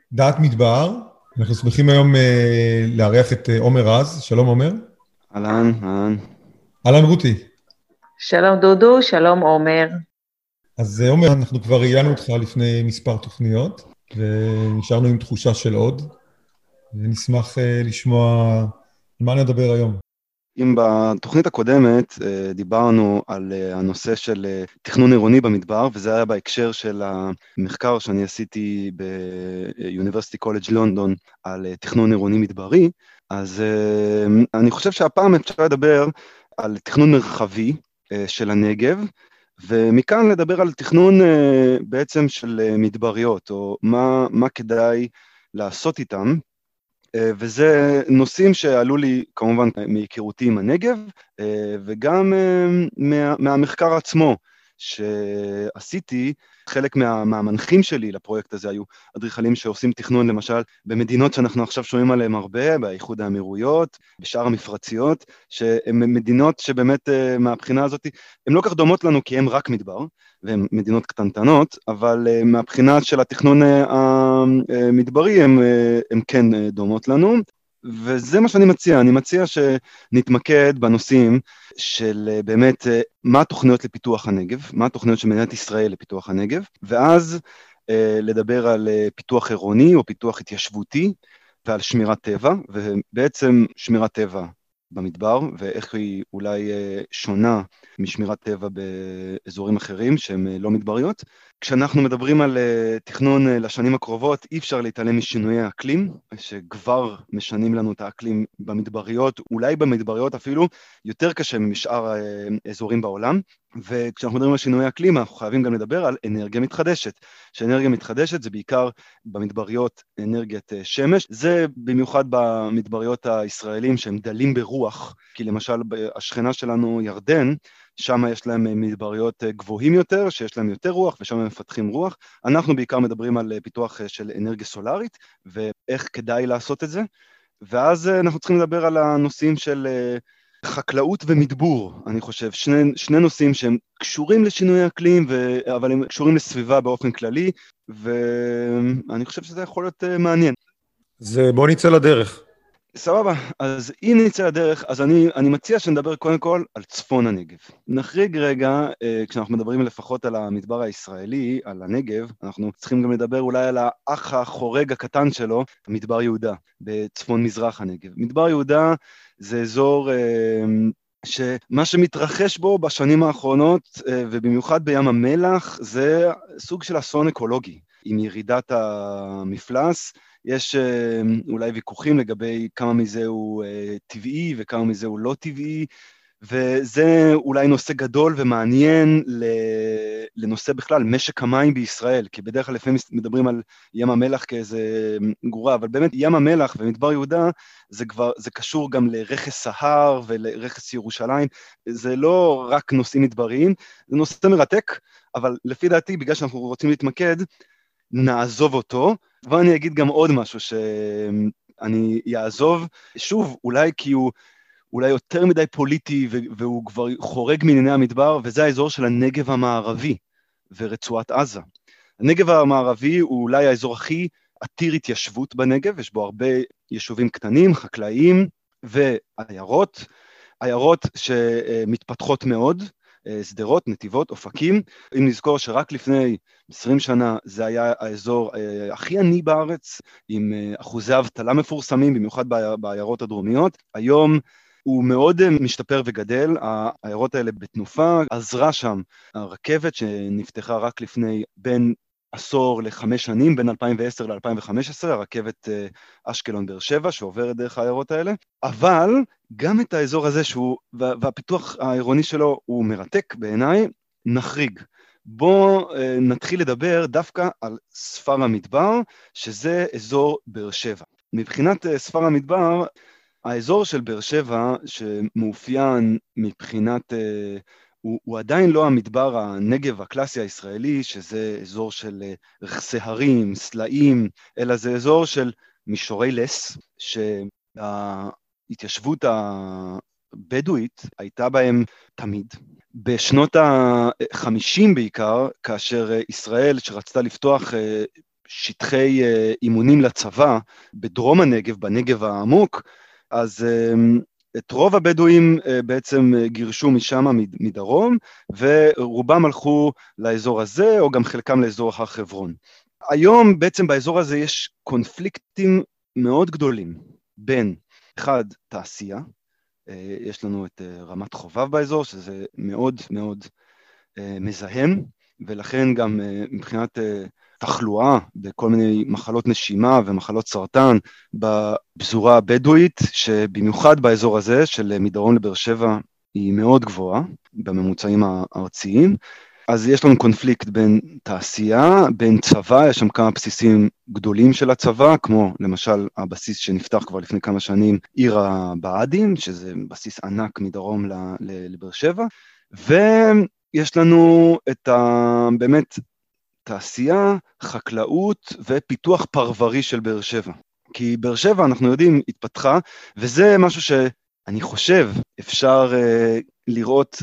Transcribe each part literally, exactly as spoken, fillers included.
דעת מדבר. אנחנו שמחים היום אה, לארח את אה, עומר רז. שלום עומר. אהלן, אהלן. אהלן רותי. שלום דודו, שלום עומר. אז אה, עומר, אנחנו כבר ראיינו אותך לפני מספר תוכניות, ונשארנו עם תחושה של עוד, ונשמח אה, לשמוע על מה נדבר היום. אם בתוכנית הקודמת אה, דיברנו על אה, הנושא של אה, תכנון עירוני במדבר, וזה היה בהקשר של המחקר שאני עשיתי ב-University College London על אה, תכנון עירוני מדברי, אז אה, אני חושב שהפעם אפשר לדבר על תכנון מרחבי אה, של הנגב, ומכאן לדבר על תכנון אה, בעצם של אה, מדבריות, או מה, מה כדאי לעשות איתם. וזה נושאים שעלו לי כמובן מהיכרותי עם הנגב, וגם מה, מהמחקר עצמו שעשיתי. חלק מה, מהמנחים שלי לפרויקט הזה היו אדריכלים שעושים תכנון למשל במדינות שאנחנו עכשיו שומעים עליהן הרבה, באיחוד האמירויות, בשאר המפרציות, שהן מדינות שבאמת מהבחינה הזאת, הן לא כך דומות לנו כי הן רק מדבר, והן מדינות קטנטנות, אבל מהבחינה של התכנון המדברי הן, הן כן דומות לנו, וזה מה שאני מציע. אני מציע שנתמקד בנושאים של באמת מה התוכניות לפיתוח הנגב, מה התוכניות של מדינת ישראל לפיתוח הנגב, ואז לדבר על פיתוח עירוני או פיתוח התיישבותי, ועל שמירת טבע, ובעצם שמירת טבע במדבר, ואיך היא אולי שונה משמירת טבע באזורים אחרים שהם לא מדבריות. כשאנחנו מדברים על תכנון לשנים הקרובות, אי אפשר להתעלם משינויי האקלים, שכבר משנים לנו את האקלים במדבריות, אולי במדבריות אפילו יותר קשה משאר האזורים בעולם, וכשאנחנו מדברים על שינויי האקלים, אנחנו חייבים גם לדבר על אנרגיה מתחדשת, שאנרגיה מתחדשת זה בעיקר במדבריות אנרגיית שמש, זה במיוחד במדבריות הישראלים שהם דלים ברוח, כי למשל השכנה שלנו ירדן, שם יש להם מדבריות גבוהים יותר, שיש להם יותר רוח, ושם הם מפתחים רוח. אנחנו בעיקר מדברים על פיתוח של אנרגיה סולארית, ואיך כדאי לעשות את זה, ואז אנחנו צריכים לדבר על הנושאים של חקלאות ומדבור, אני חושב, שני, שני נושאים שהם קשורים לשינוי האקלים, ו... אבל הם קשורים לסביבה באופן כללי, ואני חושב שזה יכול להיות מעניין. אז בוא נצא לדרך. סבבה, אז אם נצא לדרך, אז אני, אני מציע שנדבר קודם כל על צפון הנגב. נחריג רגע, כשאנחנו מדברים לפחות על המדבר הישראלי, על הנגב, אנחנו צריכים גם לדבר אולי על האח החורג הקטן שלו, מדבר יהודה, בצפון מזרח הנגב. מדבר יהודה זה אזור שמה שמתרחש בו בשנים האחרונות, ובמיוחד בים המלח, זה סוג של אסון אקולוגי, עם ירידת המפלס. יש אולי ויכוחים לגבי כמה מזה הוא טבעי וכמה מזה הוא לא טבעי, וזה אולי נושא גדול ומעניין לנושא בכלל, משק המים בישראל, כי בדרך כלל לפעמים מדברים על ים המלח כאיזה גרורה, אבל באמת ים המלח ומדבר יהודה, זה כבר, זה קשור גם לרכס ההר ולרכס ירושלים, זה לא רק נושאים מדבריים, זה נושא מרתק, אבל לפי דעתי, בגלל שאנחנו רוצים להתמקד, נעזוב אותו, ואני אגיד גם עוד משהו שאני יעזוב, שוב, אולי כי הוא אולי יותר מדי פוליטי, והוא כבר חורג מענייני המדבר, וזה האזור של הנגב המערבי ורצועת עזה. הנגב המערבי הוא אולי האזור הכי עתיר התיישבות בנגב, יש בו הרבה יישובים קטנים, חקלאיים ועיירות, עיירות שמתפתחות מאוד, סדרות, נתיבות, אופקים. אם נזכור שרק לפני עשרים שנה זה היה האזור הכי עני בארץ, עם אחוזי אבטלה מפורסמים, במיוחד בעיירות הדרומיות. היום הוא מאוד משתפר וגדל, העיירות האלה בתנופה, עזרה שם הרכבת שנפתחה רק לפני בין עשור לחמש שנים, בין אלפיים ועשר ל-אלפיים וחמש עשרה, הרכבת אשקלון באר שבע שעוברת דרך העיירות האלה, אבל גם את האזור הזה שהוא, והפיתוח העירוני שלו הוא מרתק בעיניי, נחריג. בואו נתחיל לדבר דווקא על ספר המדבר, שזה אזור באר שבע. מבחינת ספר המדבר, האזור של באר שבע שמאופיין מבחינת, הוא, הוא עדיין לא המדבר הנגב הקלאסי הישראלי, שזה אזור של רכסי הרים, סלעים, אלא זה אזור של מישורי לס, שההתיישבות הבדואית הייתה בהם תמיד. בשנות ה-חמישים בעיקר, כאשר ישראל שרצתה לפתוח שטחי אימונים לצבא בדרום הנגב, בנגב העמוק, אז את רוב הבדואים בעצם גירשו משם מדרום, ורובם הלכו לאזור הזה, או גם חלקם לאזור הר חברון. היום בעצם באזור הזה יש קונפליקטים מאוד גדולים, בין אחד תעשייה, יש לנו את רמת חובב באזור, שזה מאוד מאוד מזהם, ולכן גם מבחינת תחלואה בכל מיני מחלות נשימה ומחלות סרטן בפזורה הבדואית, שבמיוחד באזור הזה של מדרום לבאר שבע היא מאוד גבוהה בממוצעים הארציים. אז יש לנו קונפליקט בין תעשייה, בין צבא, יש שם כמה בסיסים גדולים של הצבא, כמו למשל הבסיס שנפתח כבר לפני כמה שנים, עיר הבה"דים, שזה בסיס ענק מדרום לבאר שבע, ויש לנו את ה... באמת תעשייה, חקלאות ופיתוח פרברי של באר שבע. כי באר שבע, אנחנו יודעים, התפתחה, וזה משהו שאני חושב אפשר uh, לראות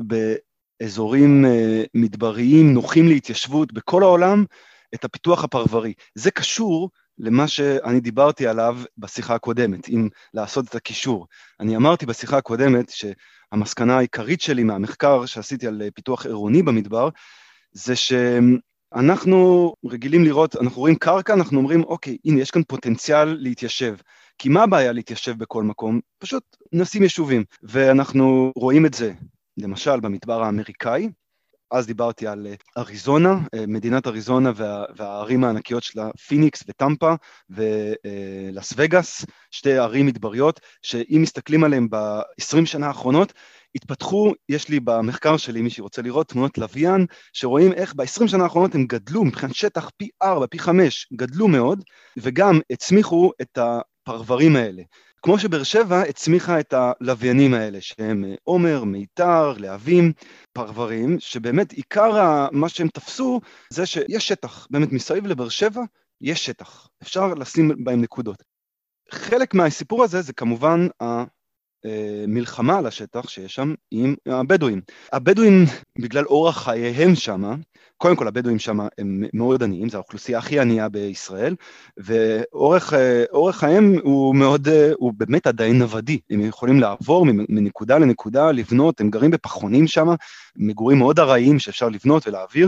באזורים uh, מדבריים, נוחים להתיישבות בכל העולם, את הפיתוח הפרברי. זה קשור למה שאני דיברתי עליו בשיחה הקודמת, אם לעשות את הקישור. אני אמרתי בשיחה הקודמת שהמסקנה העיקרית שלי מהמחקר שעשיתי על פיתוח עירוני במדבר, זה ש... אנחנו רגילים לראות, אנחנו רואים קרקע, אנחנו אומרים, אוקיי, הנה, יש כאן פוטנציאל להתיישב. כי מה הבעיה להתיישב בכל מקום? פשוט נשים יישובים. ואנחנו רואים את זה, למשל, במדבר האמריקאי. אז דיברתי על אריזונה, מדינת אריזונה וה, והערים הענקיות שלה, פיניקס וטמפה ולס וגאס, שתי ערים מדבריות, שאם מסתכלים עליהם ב-עשרים שנה האחרונות, התפתחו, יש לי במחקר שלי, מי שרוצה לראות, תמונות לוויין, שרואים איך ב-עשרים שנה האחרונות הם גדלו, מבחינת שטח פי ארבע, פי חמש, גדלו מאוד, וגם הצמיחו את הפרברים האלה. כמו שבאר שבע הצמיחה את הלוויינים האלה, שהם עומר, מיתר, להבים, פרברים, שבאמת עיקר מה שהם תפסו, זה שיש שטח, באמת מסביב לבאר שבע, יש שטח, אפשר לשים בהם נקודות. חלק מהסיפור הזה זה כמובן ה... מלחמה על השטח שיש שם עם הבדואים. הבדואים, בגלל אורח חייהם שם, קודם כל הבדואים שם הם מאוד עניים, זו האוכלוסייה הכי ענייה בישראל, ואורח חייהם הוא מאוד, הוא באמת עדיין נוודי, הם יכולים לעבור מנקודה לנקודה, לבנות, הם גרים בפחונים שם, מגורים מאוד הרעיים שאפשר לבנות ולהעביר,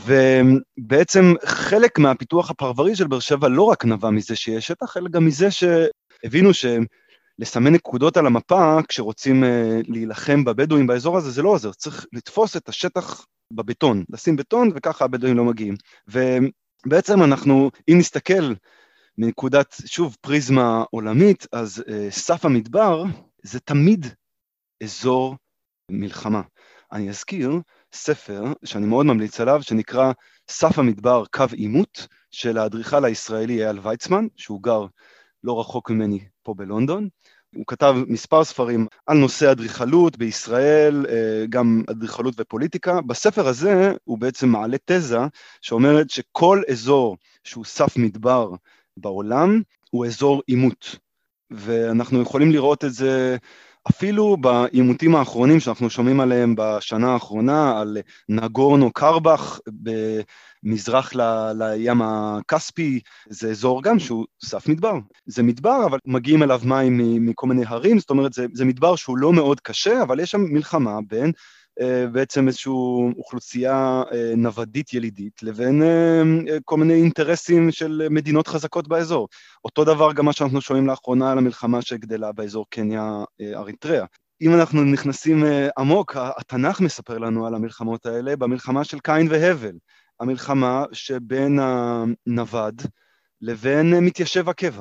ובעצם חלק מהפיתוח הפרברי של באר שבע לא רק נבע מזה שיש שטח, אלא גם מזה שהבינו שהם, לסמן נקודות על המפה, כשרוצים uh, להילחם בבדואים באזור הזה, זה לא עוזר, צריך לתפוס את השטח בבטון, לשים בטון, וככה הבדואים לא מגיעים. ובעצם אנחנו, אם נסתכל מנקודת, שוב, פריזמה עולמית, אז uh, סף המדבר, זה תמיד אזור מלחמה. אני אזכיר ספר, שאני מאוד ממליץ עליו, שנקרא סף המדבר קו עימות, של האדריכל הישראלי אייל ויצמן, שהוא גר לא רחוק ממני פה בלונדון. הוא כתב מספר ספרים על נושא אדריכלות בישראל, גם אדריכלות ופוליטיקה. בספר הזה הוא בעצם מעלה תזה שאומרת שכל אזור שהוא סף מדבר בעולם הוא אזור עימות. ואנחנו יכולים לראות את זה אפילו בעימותים האחרונים שאנחנו שומעים עליהם בשנה האחרונה, על נגורנו קרבך במזרח ל, לים הכספי, זה אזור גם שהוא סף מדבר. זה מדבר, אבל מגיעים אליו מים מכל מיני הרים, זאת אומרת, זה, זה מדבר שהוא לא מאוד קשה, אבל יש שם מלחמה בין בעצם איזושהי אוכלוסייה נוודית ילידית, לבין כל מיני אינטרסים של מדינות חזקות באזור. אותו דבר גם מה שאנחנו שומעים לאחרונה על המלחמה שגדלה באזור קניה אריתריאה. אם אנחנו נכנסים עמוק, התנ"ך מספר לנו על המלחמות האלה, במלחמה של קין והבל, המלחמה שבין הנווד לבין מתיישב הקבע.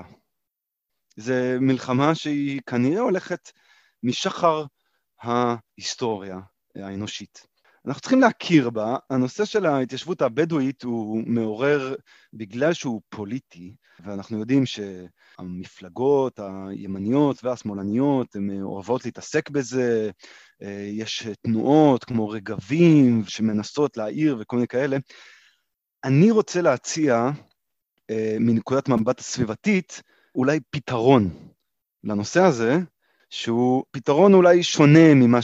זה מלחמה שהיא כנראה הולכת משחר ההיסטוריה האנושית. אנחנו צריכים להכיר בה, הנושא של ההתיישבות הבדואית הוא מעורר בגלל שהוא פוליטי, ואנחנו יודעים שהמפלגות הימניות והשמאלניות הן אוהבות להתעסק בזה, יש תנועות כמו רגבים שמנסות להעיר וכל מיני כאלה. אני רוצה להציע מנקודת מבט הסביבתית אולי פתרון לנושא הזה, שהוא פתרון אולי שונה ממה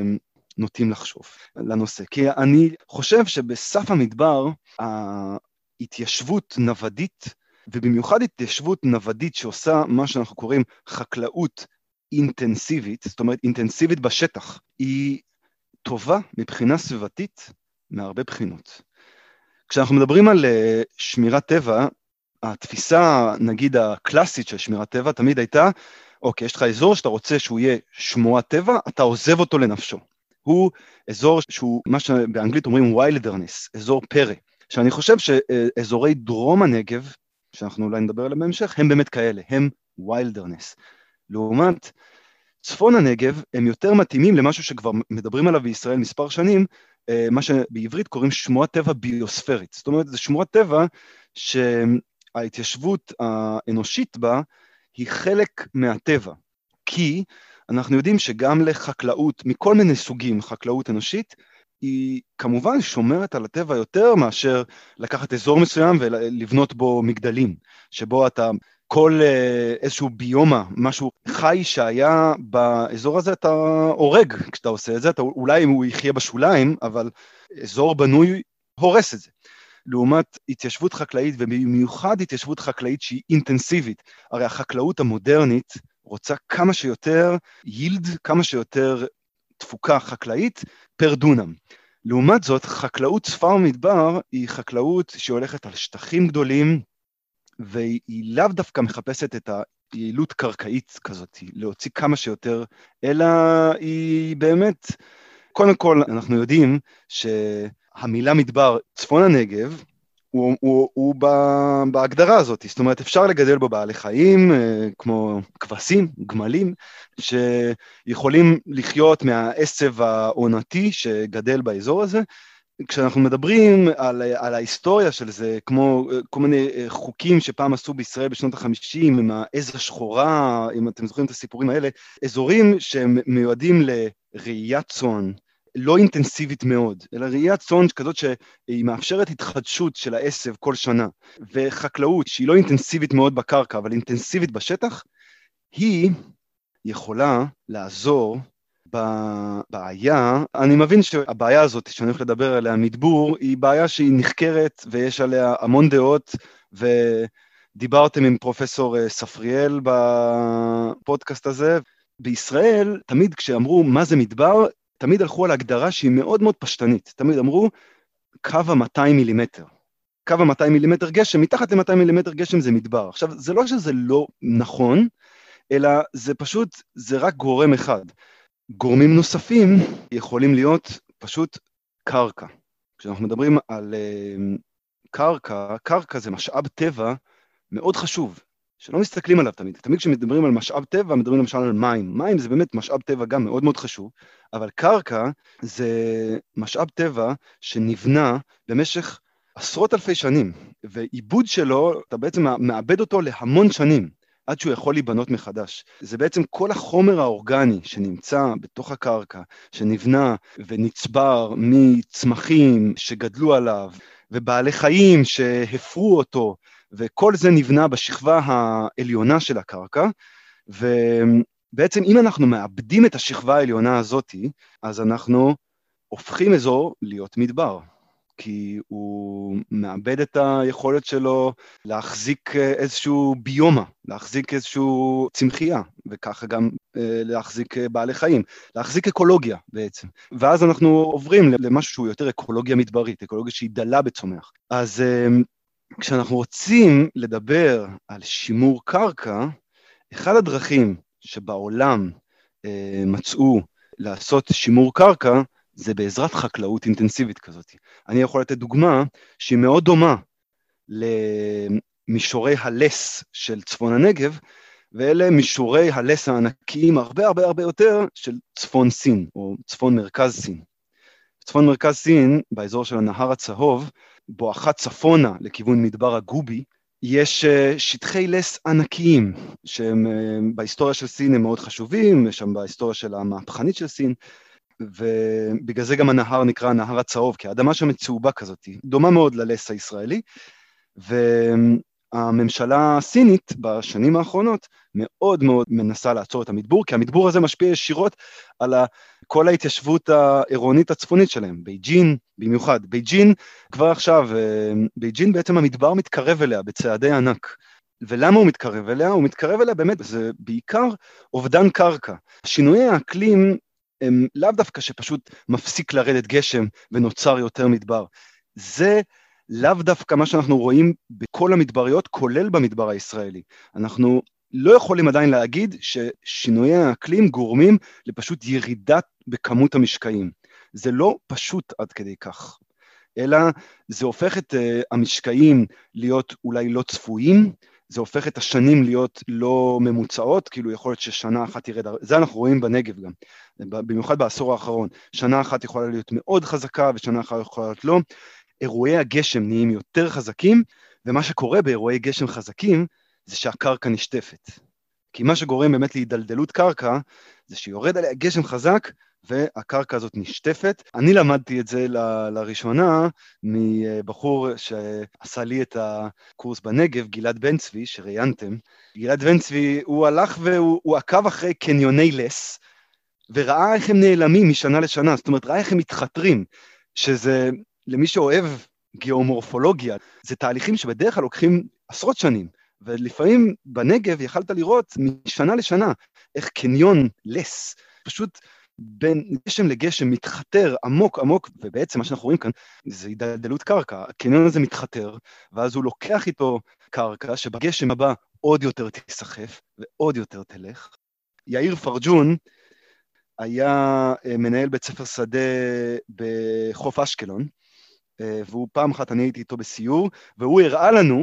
שנוטים לחשוב לנושא. כי אני חושב שבסף המדבר, התיישבות נוודית, ובמיוחד התיישבות נוודית שעושה מה שאנחנו קוראים חקלאות אינטנסיבית, זאת אומרת אינטנסיבית בשטח, היא טובה מבחינה סביבתית מהרבה בחינות. כשאנחנו מדברים על שמירת טבע, התפיסה נגיד הקלאסית של שמירת טבע תמיד הייתה, אוקיי, יש לך אזור שאתה רוצה שהוא יהיה שמורת טבע, אתה עוזב אותו לנפשו. הוא אזור שהוא מה שבאנגלית אומרים wilderness, אזור פרא. שאני חושב שאזורי דרום הנגב, שאנחנו אולי נדבר עליהם בהמשך, הם באמת כאלה, הם wilderness. לעומת צפון הנגב, הם יותר מתאימים למשהו שכבר מדברים עליו בישראל מספר שנים, מה שבעברית קוראים שמורת טבע ביוספרית. זאת אומרת, זה שמורת טבע שההתיישבות האנושית בה היא חלק מהטבע. כי אנחנו יודעים שגם לחקלאות, מכל מיני סוגים, חקלאות אנושית, היא כמובן שומרת על הטבע יותר מאשר לקחת אזור מסוים ולבנות בו מגדלים, שבו אתה כל איזשהו ביומה, משהו חי שהיה באזור הזה, אתה הורג כשאתה עושה את זה, אתה, אולי הוא יחיה בשוליים, אבל אזור בנוי הורס את זה. לעומת התיישבות חקלאית, ובמיוחד התיישבות חקלאית שהיא אינטנסיבית, הרי החקלאות המודרנית רוצה כמה שיותר יילד, כמה שיותר תפוקה חקלאית פר דונם. לעומת זאת, חקלאות צפר מדבר היא חקלאות שהולכת על שטחים גדולים, והיא לאו דווקא מחפשת את היעילות קרקעית כזאת, להוציא כמה שיותר, אלא היא באמת, קודם כל אנחנו יודעים שהמילה מדבר צפון הנגב, הוא, הוא, הוא בהגדרה הזאת, זאת אומרת אפשר לגדל בו בעלי חיים, כמו כבשים, גמלים, שיכולים לחיות מהעשב העונתי שגדל באזור הזה. כשאנחנו מדברים על, על ההיסטוריה של זה, כמו כל מיני חוקים שפעם עשו בישראל בשנות החמישים, עם העז השחורה, אם אתם זוכרים את הסיפורים האלה, אזורים שהם מיועדים לראיית צאן, לא אינטנסיבית מאוד, אלא ראיית צאן כזאת שהיא מאפשרת התחדשות של העשב כל שנה, וחקלאות שהיא לא אינטנסיבית מאוד בקרקע, אבל אינטנסיבית בשטח, היא יכולה לעזור בבעיה. אני מבין שהבעיה הזאת שאני הולך לדבר עליה, מדבור, היא בעיה שהיא נחקרת ויש עליה המון דעות, ודיברתם עם פרופסור ספריאל בפודקאסט הזה. בישראל, תמיד כשאמרו מה זה מדבר, תמיד הלכו על הגדרה שהיא מאוד מאוד פשטנית. תמיד אמרו, קו ה-מאתיים מילימטר. קו ה-מאתיים מילימטר גשם, מתחת ל-מאתיים מילימטר גשם זה מדבר. עכשיו, זה לא שזה לא נכון, אלא זה פשוט, זה רק גורם אחד. גורמים נוספים יכולים להיות פשוט קרקע. כשאנחנו מדברים על uh, קרקע, קרקע זה משאב טבע מאוד חשוב, שלא מסתכלים עליו תמיד. תמיד כשמדברים על משאב טבע, מדברים למשל על מים. מים זה באמת משאב טבע גם מאוד מאוד חשוב, אבל קרקע זה משאב טבע שנבנה במשך עשרות אלפי שנים, ועיבוד שלו, אתה בעצם מאבד אותו להמון שנים. עד שהוא יכול להיבנות מחדש. זה בעצם כל החומר האורגני שנמצא בתוך הקרקע, שנבנה ונצבר מצמחים שגדלו עליו, ובעלי חיים שהפרו אותו, וכל זה נבנה בשכבה העליונה של הקרקע, ובעצם אם אנחנו מאבדים את השכבה העליונה הזאת, אז אנחנו הופכים אזור להיות מדבר. כי הוא מאבד את היכולת שלו להחזיק איזשהו ביומה, להחזיק איזשהו צמחייה, וככה גם אה, להחזיק בעלי חיים, להחזיק אקולוגיה בעצם. ואז אנחנו עוברים למשהו שהוא יותר אקולוגיה מדברית, אקולוגיה שהיא דלה בצומח. אז אה, כשאנחנו רוצים לדבר על שימור קרקע, אחד הדרכים שבעולם אה, מצאו לעשות שימור קרקע, זה בעזרת חקלאות אינטנסיבית כזאת. אני יכול לתת דוגמה שהיא מאוד דומה למישורי הלס של צפון הנגב, ואלה מישורי הלס הענקיים הרבה הרבה הרבה יותר של צפון סין, או צפון מרכז סין. צפון מרכז סין, באזור של הנהר הצהוב, בואכה צפונה לכיוון מדבר הגובי, יש שטחי לס ענקיים, שהם בהיסטוריה של סין הם מאוד חשובים, יש שם בהיסטוריה של המהפכנית של סין, ובגלל זה גם הנהר נקרא הנהר הצהוב, כי האדמה שם מצהובה כזאת, דומה מאוד ללס הישראלי, והממשלה הסינית בשנים האחרונות מאוד מאוד מנסה לעצור את המדבור, כי המדבור הזה משפיע ישירות על כל ההתיישבות העירונית הצפונית שלהם, בייג'ין במיוחד. בייג'ין כבר עכשיו, בייג'ין בעצם המדבר מתקרב אליה בצעדי ענק. ולמה הוא מתקרב אליה? הוא מתקרב אליה באמת, זה בעיקר אובדן קרקע. שינויי האקלים הם לאו דווקא שפשוט מפסיק לרדת גשם ונוצר יותר מדבר. זה לאו דווקא מה שאנחנו רואים בכל המדבריות, כולל במדבר הישראלי. אנחנו לא יכולים עדיין להגיד ששינויי האקלים גורמים לפשוט ירידה בכמות המשקעים. זה לא פשוט עד כדי כך, אלא זה הופך את uh, המשקעים להיות אולי לא צפויים, זה הופך את השנים להיות לא ממוצעות, כאילו יכול להיות ששנה אחת ירד, זה אנחנו רואים בנגב גם, במיוחד בעשור האחרון, שנה אחת יכולה להיות מאוד חזקה ושנה אחת יכולה להיות לא, אירועי הגשם נהיים יותר חזקים, ומה שקורה באירועי גשם חזקים, זה שהקרקע נשטפת. כי מה שגורם באמת להידלדלות קרקע, זה שיורד עליה גשם חזק, והקרקע הזאת נשטפת. אני למדתי את זה ל- לראשונה, מבחור שעשה לי את הקורס בנגב, גלעד בן צבי, שראיינתם. גלעד בן צבי, הוא הלך והוא עקב אחרי קניוני לס, וראה איך הם נעלמים משנה לשנה, זאת אומרת, ראה איך הם מתחתרים, שזה, למי שאוהב גיאומורפולוגיה, זה תהליכים שבדרך כלל לוקחים עשרות שנים, ולפעמים בנגב יכלת לראות משנה לשנה, איך קניון לס, פשוט בין גשם לגשם מתחתר עמוק עמוק, ובעצם מה שאנחנו רואים כאן, זה הידלדלות קרקע, הקניון הזה מתחתר, ואז הוא לוקח איתו קרקע, שבגשם הבא עוד יותר תסחף, ועוד יותר תלך. יאיר פרג'ון, היה מנהל בית ספר שדה בחוף אשקלון, והוא פעם אחת אני הייתי איתו בסיור, והוא הראה לנו,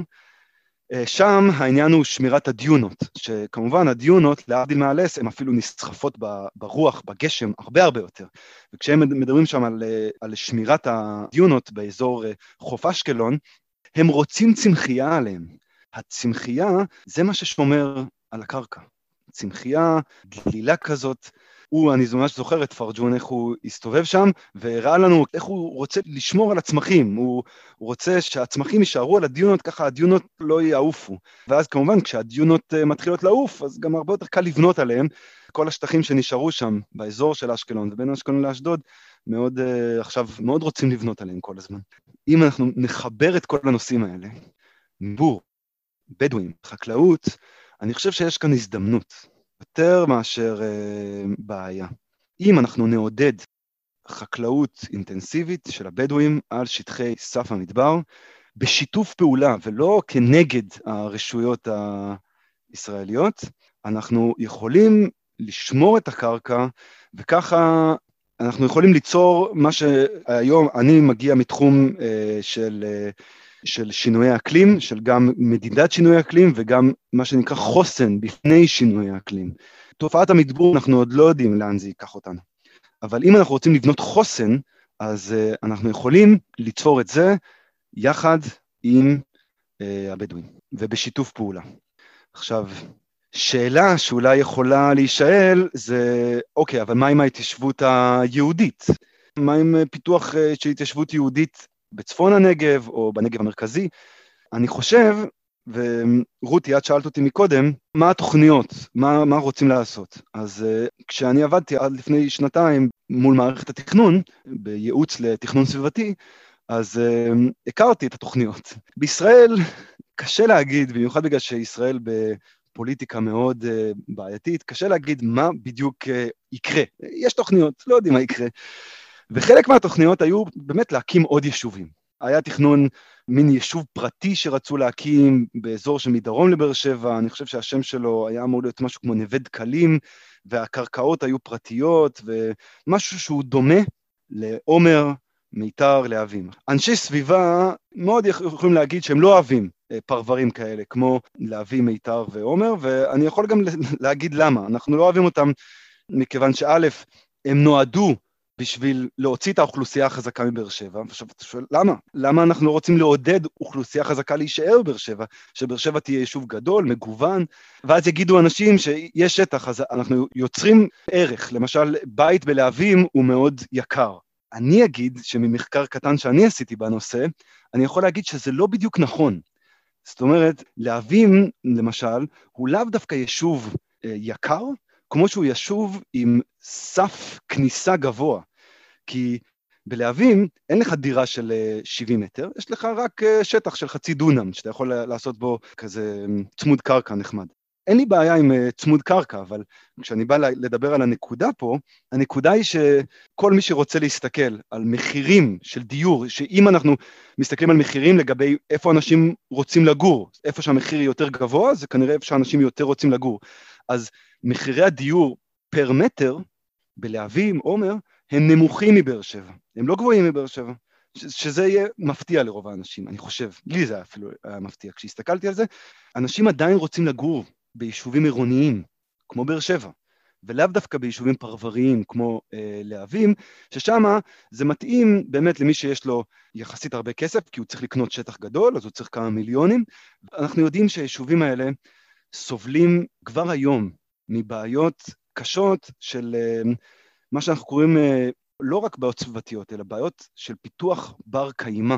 שם העניין הוא שמירת הדיונות, שכמובן הדיונות להבדיל מהלס, הן אפילו נסחפות ברוח, בגשם, הרבה הרבה יותר. וכשהם מדברים שם על, על שמירת הדיונות באזור חוף אשקלון, הם רוצים צמחייה עליהם. הצמחייה זה מה ששומר על הקרקע. צמחייה, דלילה כזאת, הוא, אני ממש זוכר את פרג'ון, איך הוא הסתובב שם, והראה לנו איך הוא רוצה לשמור על הצמחים, הוא, הוא רוצה שהצמחים יישארו על הדיונות, ככה הדיונות לא יעופו. ואז כמובן, כשהדיונות מתחילות לעוף, אז גם הרבה יותר קל לבנות עליהם. כל השטחים שנשארו שם, באזור של אשקלון, ובין אשקלון לאשדוד, מאוד, עכשיו, מאוד רוצים לבנות עליהם כל הזמן. אם אנחנו נחבר את כל הנושאים האלה, בור, בדואים, חקלאות, אני חושב שיש כאן הזדמנות. יותר מאשר uh, בעיה. אם אנחנו נעודד חקלאות אינטנסיבית של הבדואים על שטחי סף המדבר, בשיתוף פעולה ולא כנגד הרשויות הישראליות, אנחנו יכולים לשמור את הקרקע, וככה אנחנו יכולים ליצור מה שהיום אני מגיע מתחום uh, של... Uh, של שינויי אקלים, של גם מדידת שינויי אקלים, וגם מה שנקרא חוסן בפני שינויי אקלים. תופעת המדבור, אנחנו עוד לא יודעים לאן זה ייקח אותנו. אבל אם אנחנו רוצים לבנות חוסן, אז uh, אנחנו יכולים ליצור את זה יחד עם uh, הבדואים, ובשיתוף פעולה. עכשיו, שאלה שאולי יכולה להישאל, זה, אוקיי, אבל מה עם ההתיישבות היהודית? מה עם פיתוח uh, של התיישבות יהודית בצפון הנגב או בנגב המרכזי? אני חושב, ורותי, את שאלת אותי מקודם, מה התוכניות, מה, מה רוצים לעשות? אז uh, כשאני עבדתי עד לפני שנתיים מול מערכת התכנון, בייעוץ לתכנון סביבתי, אז uh, הכרתי את התוכניות. בישראל קשה להגיד, במיוחד בגלל שישראל בפוליטיקה מאוד uh, בעייתית, קשה להגיד מה בדיוק uh, יקרה. יש תוכניות, לא יודעים מה יקרה. וחלק מהתוכניות היו באמת להקים עוד יישובים. היה תכנון מין יישוב פרטי שרצו להקים באזור שמדרום לבאר שבע, אני חושב שהשם שלו היה אמור להיות משהו כמו נווה דקלים, והקרקעות היו פרטיות, ומשהו שהוא דומה לעומר, מיתר, להבים. אנשי סביבה מאוד יכולים להגיד שהם לא אוהבים פרברים כאלה, כמו להבים, מיתר ועומר, ואני יכול גם להגיד למה. אנחנו לא אוהבים אותם מכיוון שא' הם נועדו בשביל להוציא את האוכלוסייה החזקה מבאר שבע. עכשיו אתה שואל, למה? למה אנחנו לא רוצים לעודד אוכלוסייה חזקה להישאר בבאר שבע? שבאר שבע תהיה יישוב גדול, מגוון, ואז יגידו אנשים שיש שטח, אז אנחנו יוצרים ערך. למשל, בית בלהבים הוא מאוד יקר. אני אגיד שממחקר קטן שאני עשיתי בנושא, אני יכול להגיד שזה לא בדיוק נכון. זאת אומרת, להבים, למשל, הוא לאו דווקא יישוב יקר, כמו שהוא יישוב עם סף כניסה גבוה, כי בלהבים אין לך דירה של שבעים מטר, יש לך רק שטח של חצי דונם, שאתה יכול לעשות בו כזה צמוד קרקע נחמד. אין לי בעיה עם צמוד קרקע, אבל כשאני בא לדבר על הנקודה פה, הנקודה היא שכל מי שרוצה להסתכל על מחירים של דיור, שאם אנחנו מסתכלים על מחירים לגבי איפה אנשים רוצים לגור, איפה שהמחיר יותר גבוה, זה כנראה איפה שאנשים יותר רוצים לגור. אז מחירי הדיור פר מטר, בלהבים, עומר, הם נמוכים מבאר שבע, הם לא גבוהים מבאר שבע, שזה יהיה מפתיע לרוב האנשים, אני חושב, לי זה אפילו היה מפתיע, כשהסתכלתי על זה, אנשים עדיין רוצים לגור ביישובים עירוניים, כמו באר שבע, ולאו דווקא ביישובים פרבריים, כמו אה, להבים, ששם זה מתאים באמת למי שיש לו יחסית הרבה כסף, כי הוא צריך לקנות שטח גדול, אז הוא צריך כמה מיליונים, אנחנו יודעים שהיישובים האלה סובלים כבר היום מבעיות קשות של אה, מה שאנחנו קוראים אה, לא רק בעיות סביבתיות, אלא בעיות של פיתוח בר קיימא.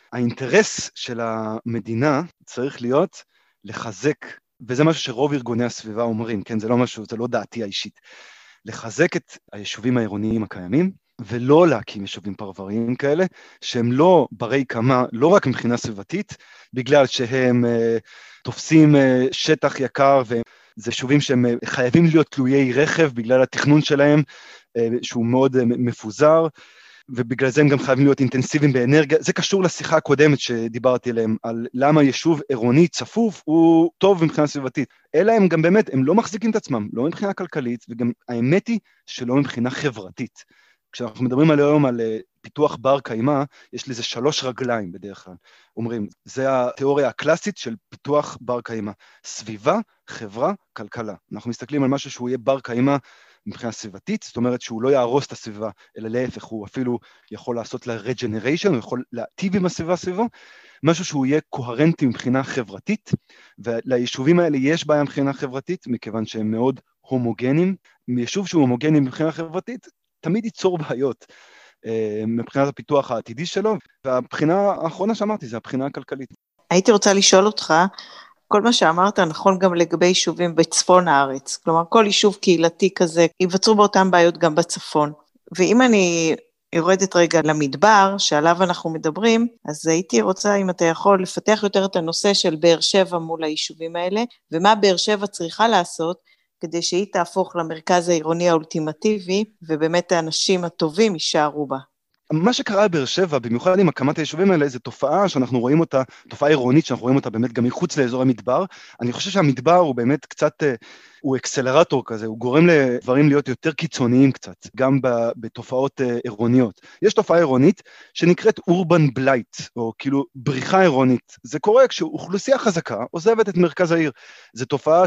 האינטרס של המדינה צריך להיות לחזק, וזה משהו שרוב ארגוני הסביבה אומרים, כן, זה לא משהו, זה לא דעתי האישית, לחזק את היישובים העירוניים הקיימים, ולא להקים יישובים פרבריים כאלה, שהם לא ברי קמה, לא רק מבחינה סביבתית, בגלל שהם אה, תופסים אה, שטח יקר, וזה יישובים שהם אה, חייבים להיות תלויי רכב, בגלל התכנון שלהם, אה, שהוא מאוד אה, מפוזר, ובגלל זה הם גם חייבים להיות אינטנסיביים באנרגיה. זה קשור לשיחה הקודמת שדיברתי עליהם, על למה יישוב עירוני צפוף הוא טוב מבחינה סביבתית. אלא הם גם באמת, הם לא מחזיקים את עצמם, לא מבחינה כלכלית, וגם האמת היא שלא מבחינה חברתית. כשאנחנו מדברים על היום על פיתוח בר קיימא, יש לזה שלוש רגליים בדרך כלל. אומרים, זה התיאוריה הקלאסית של פיתוח בר קיימא. סביבה, חברה, כלכלה. אנחנו מסתכלים על משהו שהוא יהיה בר קיימא, מבחינה סביבתית, זאת אומרת שהוא לא יהרוס את הסביבה, אלא להפך, הוא אפילו יכול לעשות לה רג'נריישן, הוא יכול להטיב עם הסביבה סביבו, משהו שהוא יהיה קוהרנטי מבחינה חברתית, וליישובים האלה יש בעיה מבחינה חברתית, מכיוון שהם מאוד הומוגנים, יישוב שהוא הומוגני מבחינה חברתית, תמיד ייצור בעיות אה, מבחינת הפיתוח העתידי שלו, והבחינה האחרונה שאמרתי, זה הבחינה הכלכלית. הייתי רוצה לשאול אותך, כל מה שאמרת נכון גם לגבי יישובים בצפון הארץ, כלומר כל יישוב קהילתי כזה, ייווצרו באותם בעיות גם בצפון, ואם אני יורדת רגע למדבר שעליו אנחנו מדברים, אז הייתי רוצה אם אתה יכול לפתח יותר את הנושא של באר שבע מול היישובים האלה, ומה באר שבע צריכה לעשות, כדי שהיא תהפוך למרכז העירוני האולטימטיבי, ובאמת האנשים הטובים יישארו בה. מה שקרה בבאר שבע, במיוחד עם הקמת היישובים האלה, זה תופעה שאנחנו רואים אותה, תופעה עירונית שאנחנו רואים אותה באמת גם מחוץ לאזור המדבר. אני חושב שהמדבר הוא באמת קצת, הוא אקסלרטור כזה, הוא גורם לדברים להיות יותר קיצוניים קצת, גם בתופעות עירוניות. יש תופעה עירונית שנקראת אורבן בלייט, או כאילו בריחה עירונית. זה קורה כשאוכלוסייה חזקה עוזבת את מרכז העיר. זו תופעה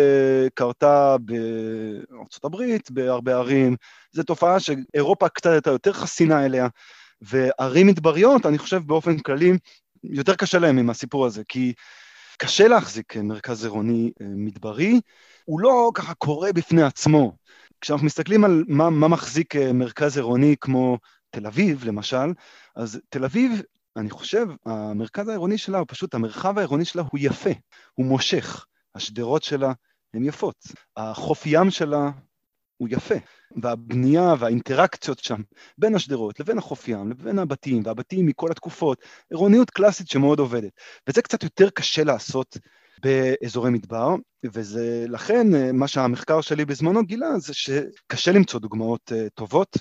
שקרתה בארצות הברית, בהרבה ערים, זו תופעה שאירופה קצת הייתה יותר חסינה אליה, וערים מדבריות, אני חושב באופן כללי, יותר קשה להם עם הסיפור הזה, כי קשה להחזיק מרכז עירוני מדברי, הוא לא ככה קורה בפני עצמו. כשאנחנו מסתכלים על מה, מה מחזיק מרכז עירוני כמו תל אביב, למשל, אז תל אביב, אני חושב, המרכז העירוני שלה, הוא פשוט, המרחב העירוני שלה הוא יפה, הוא מושך, השדרות שלה הן יפות, החוף ים שלה הוא יפה, והבנייה והאינטראקציות שם, בין השדרות לבין החוף ים, לבין הבתים, והבתים מכל התקופות, עירוניות קלאסית שמאוד עובדת, וזה קצת יותר קשה לעשות באזורי מדבר, וזה לכן מה שהמחקר שלי בזמנו גילה, זה שקשה למצוא דוגמאות טובות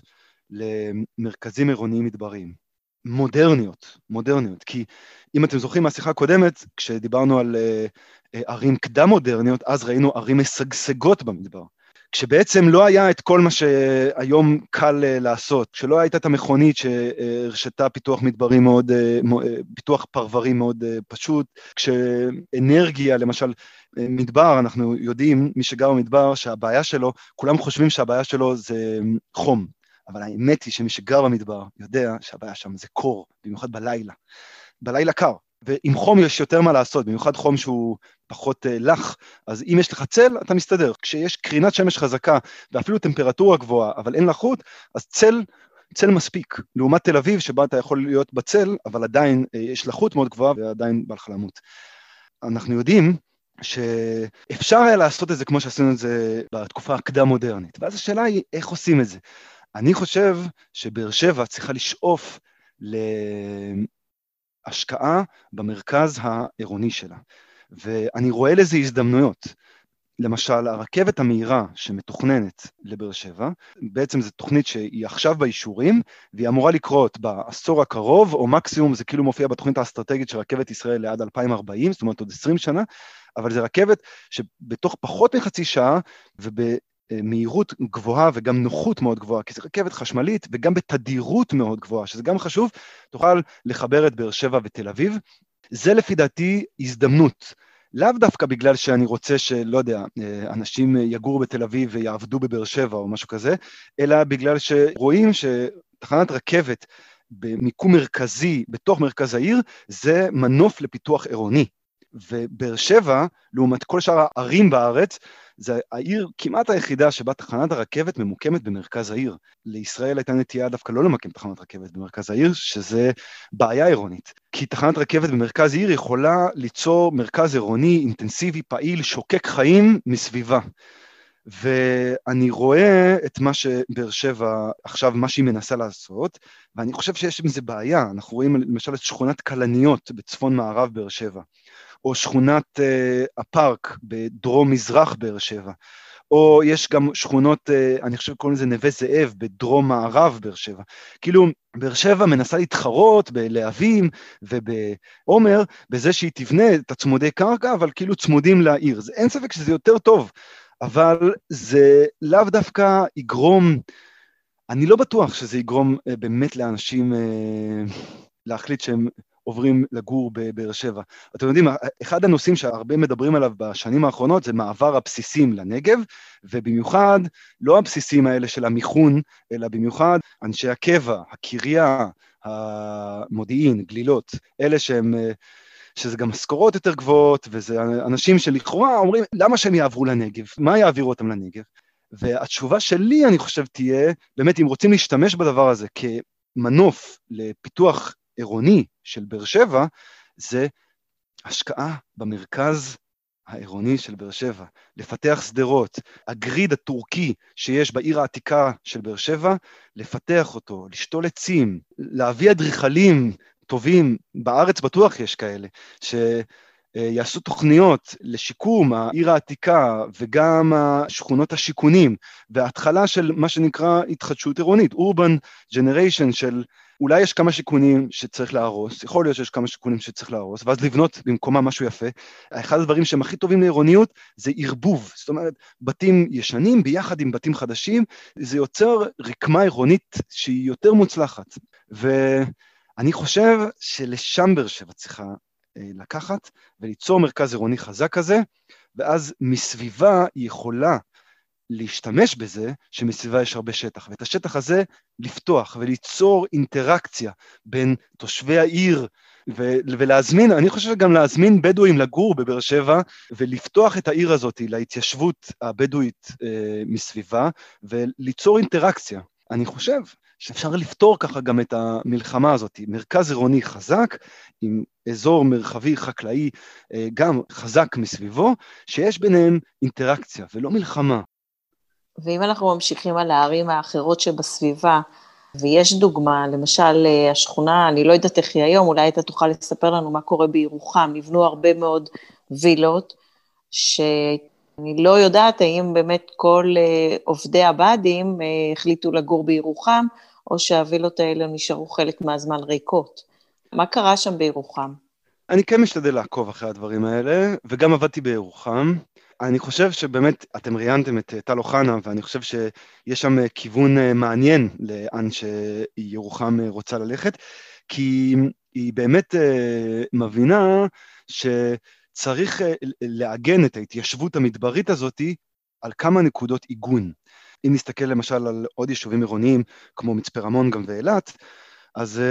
למרכזים עירוניים מדבריים. מודרניות, מודרניות, כי אם אתם זוכרים מהשיחה הקודמת, כשדיברנו על ערים קדם מודרניות, אז ראינו ערים משגשגות במדבר. כשבעצם לא היה את כל מה שהיום קל לעשות, כשלא הייתה את המכונית שהרשתה פיתוח מדברי מאוד, פיתוח פרברי מאוד פשוט, כשאנרגיה, למשל מדבר, אנחנו יודעים, מי שגר במדבר, שהבעיה שלו, כולם חושבים שהבעיה שלו זה חום, אבל האמת היא שמי שגר במדבר יודע שהבעיה שם זה קור, במיוחד בלילה, בלילה קר. ועם חום יש יותר מה לעשות, במיוחד חום שהוא פחות uh, לח, אז אם יש לך צל, אתה מסתדר. כשיש קרינת שמש חזקה, ואפילו טמפרטורה גבוהה, אבל אין לחות, אז צל, צל מספיק. לעומת תל אביב, שבה אתה יכול להיות בצל, אבל עדיין uh, יש לחות מאוד גבוהה, ועדיין בא לך למות. אנחנו יודעים שאפשר היה לעשות את זה כמו שעשינו את זה בתקופה הקדם-מודרנית. ואז השאלה היא, איך עושים את זה? אני חושב שבאר שבע צריכה לשאוף להשקעה במרכז העירוני שלה. ואני רואה לזה הזדמנויות. למשל, הרכבת המהירה שמתוכננת לבאר שבע, בעצם זו תוכנית שהיא עכשיו באישורים, והיא אמורה לקרות בעשור הקרוב, או מקסימום זה כאילו מופיע בתוכנית האסטרטגית של רכבת ישראל לעד אלפיים וארבעים, זאת אומרת עוד עשרים שנה, אבל זו רכבת שבתוך פחות מחצי שעה, ובמהירות גבוהה וגם נוחות מאוד גבוהה, כי זו רכבת חשמלית, וגם בתדירות מאוד גבוהה, שזה גם חשוב, תוכל לחבר את באר שבע ותל אביב. זה לפי דעתי הזדמנות, לאו דווקא בגלל שאני רוצה שלא יודע, אנשים יגורו בתל אביב ויעבדו בבאר שבע או משהו כזה, אלא בגלל שרואים שתחנת רכבת במיקום מרכזי בתוך מרכז העיר, זה מנוף לפיתוח עירוני. ובאר שבע, לעומת כל שאר הערים בארץ, זה העיר כמעט היחידה שבה תחנת הרכבת ממוקמת במרכז העיר. לישראל הייתה נטייה דווקא לא למקם תחנת רכבת במרכז העיר, שזה בעיה עירונית. כי תחנת רכבת במרכז העיר יכולה ליצור מרכז עירוני אינטנסיבי, פעיל, שוקק חיים מסביבה. ואני רואה את מה שבאר שבע עכשיו, מה שהיא מנסה לעשות, ואני חושב שיש עם זה בעיה. אנחנו רואים למשל את שכונת קלניות בצפון מערב באר שבע. או שכונת uh, הפארק בדרום מזרח באר שבע, או יש גם שכונות, uh, אני חושב קוראים לזה נווה זאב, בדרום מערב באר שבע. כאילו, באר שבע מנסה להתחרות בלהבים ובעומר, בזה שהיא תבנה את הצמודי קרקע, אבל כאילו צמודים לעיר. זה, אין ספק שזה יותר טוב, אבל זה לאו דווקא יגרום, אני לא בטוח שזה יגרום uh, באמת לאנשים uh, להחליט שהם עוברים לגור בבאר שבע. אתם יודעים, אחד הנושאים שהרבה מדברים עליו בשנים האחרונות, זה מעבר הבסיסים לנגב, ובמיוחד, לא הבסיסים האלה של המיכון, אלא במיוחד אנשי הקבע, הקריה, המודיעין, גלילות, אלה שהם, שזה גם משכורות יותר גבוהות, וזה אנשים שלכאורה אומרים, למה שהם יעברו לנגב? מה יעבירו אותם לנגב? והתשובה שלי, אני חושב, תהיה, באמת, אם רוצים להשתמש בדבר הזה כמנוף לפיתוח עירוני של באר שבע, זה השקעה במרכז העירוני של באר שבע, לפתח סדרות, הגריד הטורקי שיש בעיר העתיקה של באר שבע, לפתח אותו, לשתול עצים, להביא אדריכלים טובים, בארץ בטוח יש כאלה, שיעשו תוכניות לשיקום העיר העתיקה, וגם השכונות השיכונים, וההתחלה של מה שנקרא התחדשות עירונית, urban generation של אולי יש כמה שיקונים שצריך להרוס, יכול להיות שיש כמה שיקונים שצריך להרוס, ואז לבנות במקומה משהו יפה. אחד הדברים שהם הכי טובים לעירוניות זה ערבוב, זאת אומרת, בתים ישנים ביחד עם בתים חדשים, זה יוצר רקמה עירונית שהיא יותר מוצלחת. ואני חושב שלשם באר שבע צריכה לקחת וליצור מרכז עירוני חזק כזה, ואז מסביבה היא יכולה להשתמש בזה, שמסביבה יש הרבה שטח, ואת השטח הזה לפתוח וליצור אינטראקציה בין תושבי העיר, ו- ולהזמין, אני חושב גם להזמין בדואים לגור בבאר שבע, ולפתוח את העיר הזאת להתיישבות הבדואית אה, מסביבה, וליצור אינטראקציה. אני חושב שאפשר לפתור ככה גם את המלחמה הזאת, מרכז עירוני חזק, עם אזור מרחבי חקלאי אה, גם חזק מסביבו, שיש ביניהם אינטראקציה ולא מלחמה. ואם אנחנו ממשיכים על הערים האחרות שבסביבה, ויש דוגמה, למשל השכונה, אני לא יודעת איך היא היום, אולי אתה תוכל לספר לנו מה קורה בירוחם, נבנו הרבה מאוד וילות, שאני לא יודעת האם באמת כל עובדי הבאדים החליטו לגור בירוחם, או שהווילות האלה נשארו חלק מהזמן ריקות. מה קרה שם בירוחם? אני כן משתדל לעקוב אחרי הדברים האלה, וגם עבדתי בירוחם. אני חושב שבאמת אתם ראיינתם את טל אוחנה, ואני חושב שיש שם כיוון מעניין לאן שירוחם רוצה ללכת, כי היא באמת מבינה שצריך לעגן את ההתיישבות המדברית הזאת על כמה נקודות עיגון. אם נסתכל למשל על עוד יישובים עירוניים, כמו מצפה רמון גם ואילת, אז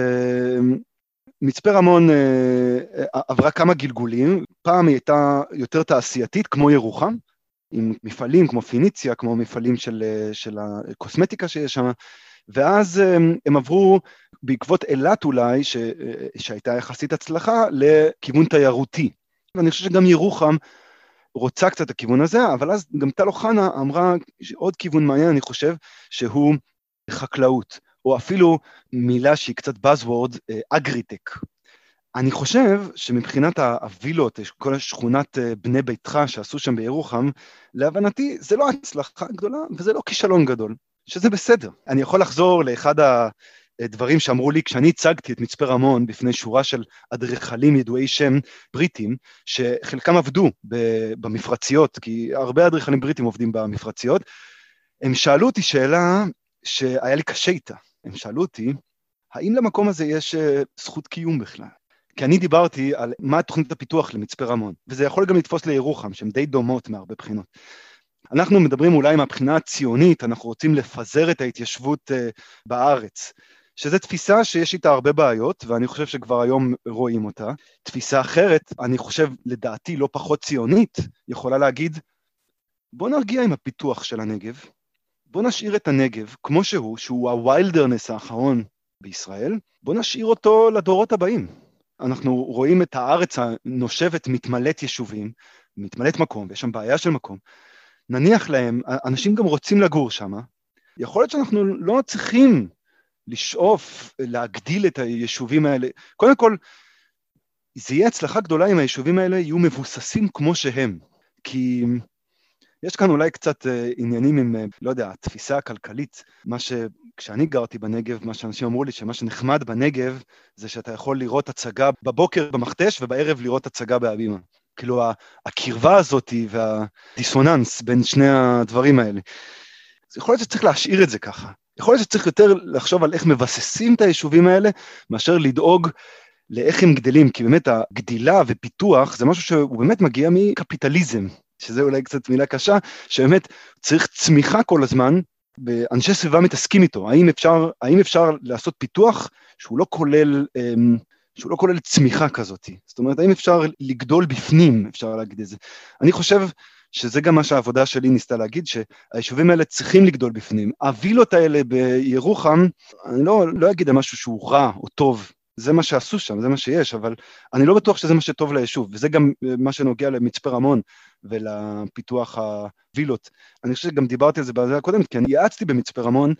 מצפה רמון אה, עברה כמה גלגולים, פעם היא הייתה יותר תעשייתית כמו ירוחם, עם מפעלים כמו פיניציה, כמו מפעלים של, של הקוסמטיקה שיש שם, ואז אה, הם עברו בעקבות אילת אולי, ש, שהייתה יחסית הצלחה, לכיוון תיירותי. ואני חושב שגם ירוחם רוצה קצת הכיוון הזה, אבל אז גם טל אוחנה אמרה עוד כיוון מעניין, אני חושב, שהוא חקלאות, או אפילו מילה שהיא קצת buzzword, אגריטק. אני חושב שמבחינת הווילות, כל השכונת בני ביתך שעשו שם בירוחם, להבנתי זה לא הצלחה גדולה וזה לא כישלון גדול, שזה בסדר. אני יכול לחזור לאחד הדברים שאמרו לי כשאני הצגתי את מצפה רמון בפני שורה של אדריכלים ידועי שם בריטים, שחלקם עבדו במפרציות, כי הרבה אדריכלים בריטים עובדים במפרציות, הם שאלו אותי שאלה שהיה לי קשה איתה. הם שאלו אותי, האם למקום הזה יש זכות קיום בכלל? כי אני דיברתי על מה תוכנית הפיתוח למצפה רמון, וזה יכול גם לתפוס לירוחם, שהן די דומות מהרבה בחינות. אנחנו מדברים אולי מהבחינה הציונית, אנחנו רוצים לפזר את ההתיישבות uh, בארץ, שזו תפיסה שיש איתה הרבה בעיות, ואני חושב שכבר היום רואים אותה. תפיסה אחרת, אני חושב לדעתי לא פחות ציונית, יכולה להגיד, בוא נרגיע עם הפיתוח של הנגב, בוא נשאיר את הנגב כמו שהוא, שהוא הווילדרנס האחרון בישראל, בוא נשאיר אותו לדורות הבאים. אנחנו רואים את הארץ הנושבת מתמלאת יישובים, מתמלאת מקום, ויש שם בעיה של מקום. נניח להם, אנשים גם רוצים לגור שם, יכול להיות שאנחנו לא צריכים לשאוף, להגדיל את היישובים האלה. קודם כל, זה יהיה הצלחה גדולה אם היישובים האלה יהיו מבוססים כמו שהם, כי יש כאן אולי קצת עניינים עם, לא יודע, התפיסה הכלכלית, מה ש... כשאני גרתי בנגב, מה שאנשים אמרו לי, שמה שנחמד בנגב, זה שאתה יכול לראות הצגה בבוקר במכתש, ובערב לראות הצגה בהבימה. כאילו, הקרבה הזאת והדיסוננס בין שני הדברים האלה. אז יכול להיות שצריך להשאיר את זה ככה. יכול להיות שצריך יותר לחשוב על איך מבססים את היישובים האלה, מאשר לדאוג לאיך הם גדלים, כי באמת הגדילה ופיתוח, זה משהו שהוא באמת מגיע מקפיטליזם, שזה אולי קצת מילה קשה, שבאמת צריך צמיחה כל הזמן, ואנשי סביבה מתעסקים איתו, האם אפשר, האם אפשר לעשות פיתוח שהוא לא כולל, שהוא לא כולל צמיחה כזאת, זאת אומרת, האם אפשר לגדול בפנים, אפשר להגיד את זה. אני חושב שזה גם מה שהעבודה שלי ניסתה להגיד, שהיישובים האלה צריכים לגדול בפנים. הווילות האלה בירוחם, אני לא, לא אגיד על משהו שהוא רע או טוב, זה מה שעשו שם, זה מה שיש, אבל אני לא בטוח שזה מה שטוב ליישוב, וזה גם מה שנוגע למצפה רמון ולפיתוח הווילות. אני חושב שגם דיברתי על זה בעזרה הקודמת, כי אני יעצתי במצפה רמון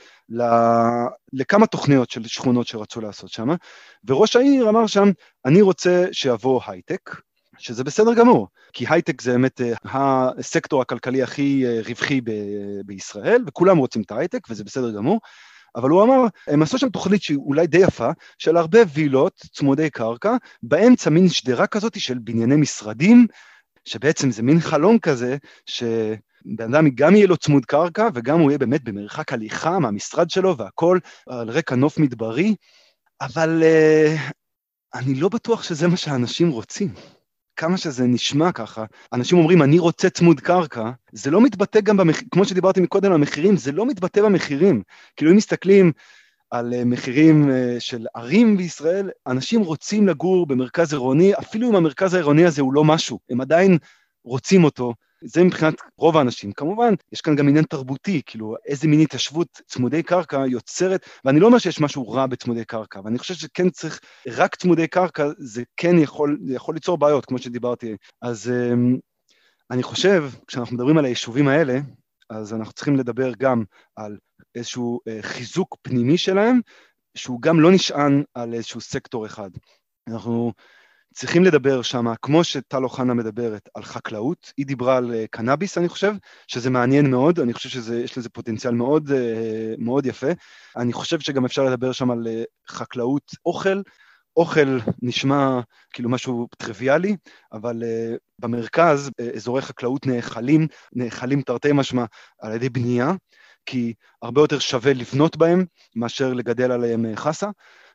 לכמה תוכניות של שכונות שרצו לעשות שם, וראש העיר אמר שם, אני רוצה שיבוא הייטק, שזה בסדר גמור, כי הייטק זה באמת הסקטור הכלכלי הכי רווחי ב- בישראל, וכולם רוצים את ההייטק, וזה בסדר גמור, אבל הוא אמר, הם עשו שם תוכנית שהיא אולי די יפה, של הרבה וילות צמודי קרקע, באמצע מין שדרה כזאת של בנייני משרדים, שבעצם זה מין חלום כזה, שבן אדם גם יהיה לו צמוד קרקע, וגם הוא יהיה באמת במרחק הליכה מהמשרד שלו, והכל על רקע נוף מדברי, אבל uh, אני לא בטוח שזה מה שאנשים רוצים. כמה שזה נשמע ככה, אנשים אומרים, אני רוצה צמוד קרקע, זה לא מתבטא גם במחירים, כמו שדיברתי מקודם על המחירים, זה לא מתבטא במחירים. כאילו אם מסתכלים על מחירים של ערים בישראל, אנשים רוצים לגור במרכז עירוני, אפילו אם המרכז העירוני הזה הוא לא משהו, הם עדיין רוצים אותו, זה מבחינת רוב האנשים. כמובן, יש כאן גם עניין תרבותי, כאילו איזה מין התיישבות צמודי קרקע יוצרת, ואני לא אומר שיש משהו רע בצמודי קרקע, ואני חושב שכן צריך, רק צמודי קרקע זה כן יכול, יכול ליצור בעיות, כמו שדיברתי. אז אני חושב, כשאנחנו מדברים על היישובים האלה, אז אנחנו צריכים לדבר גם על איזשהו חיזוק פנימי שלהם, שהוא גם לא נשען על איזשהו סקטור אחד. אנחנו צריכים לדבר שם, כמו שטל אוחנה מדברת, על חקלאות, היא דיברה על קנאביס, אני חושב, שזה מעניין מאוד, אני חושב שיש לזה פוטנציאל מאוד, מאוד יפה, אני חושב שגם אפשר לדבר שם על חקלאות אוכל, אוכל נשמע כאילו משהו טריוויאלי, אבל uh, במרכז uh, אזורי חקלאות נאכלים, נאכלים תרתי משמע על ידי בנייה, כי הרבה יותר שווה לבנות בהם מאשר לגדל עליהם חסה,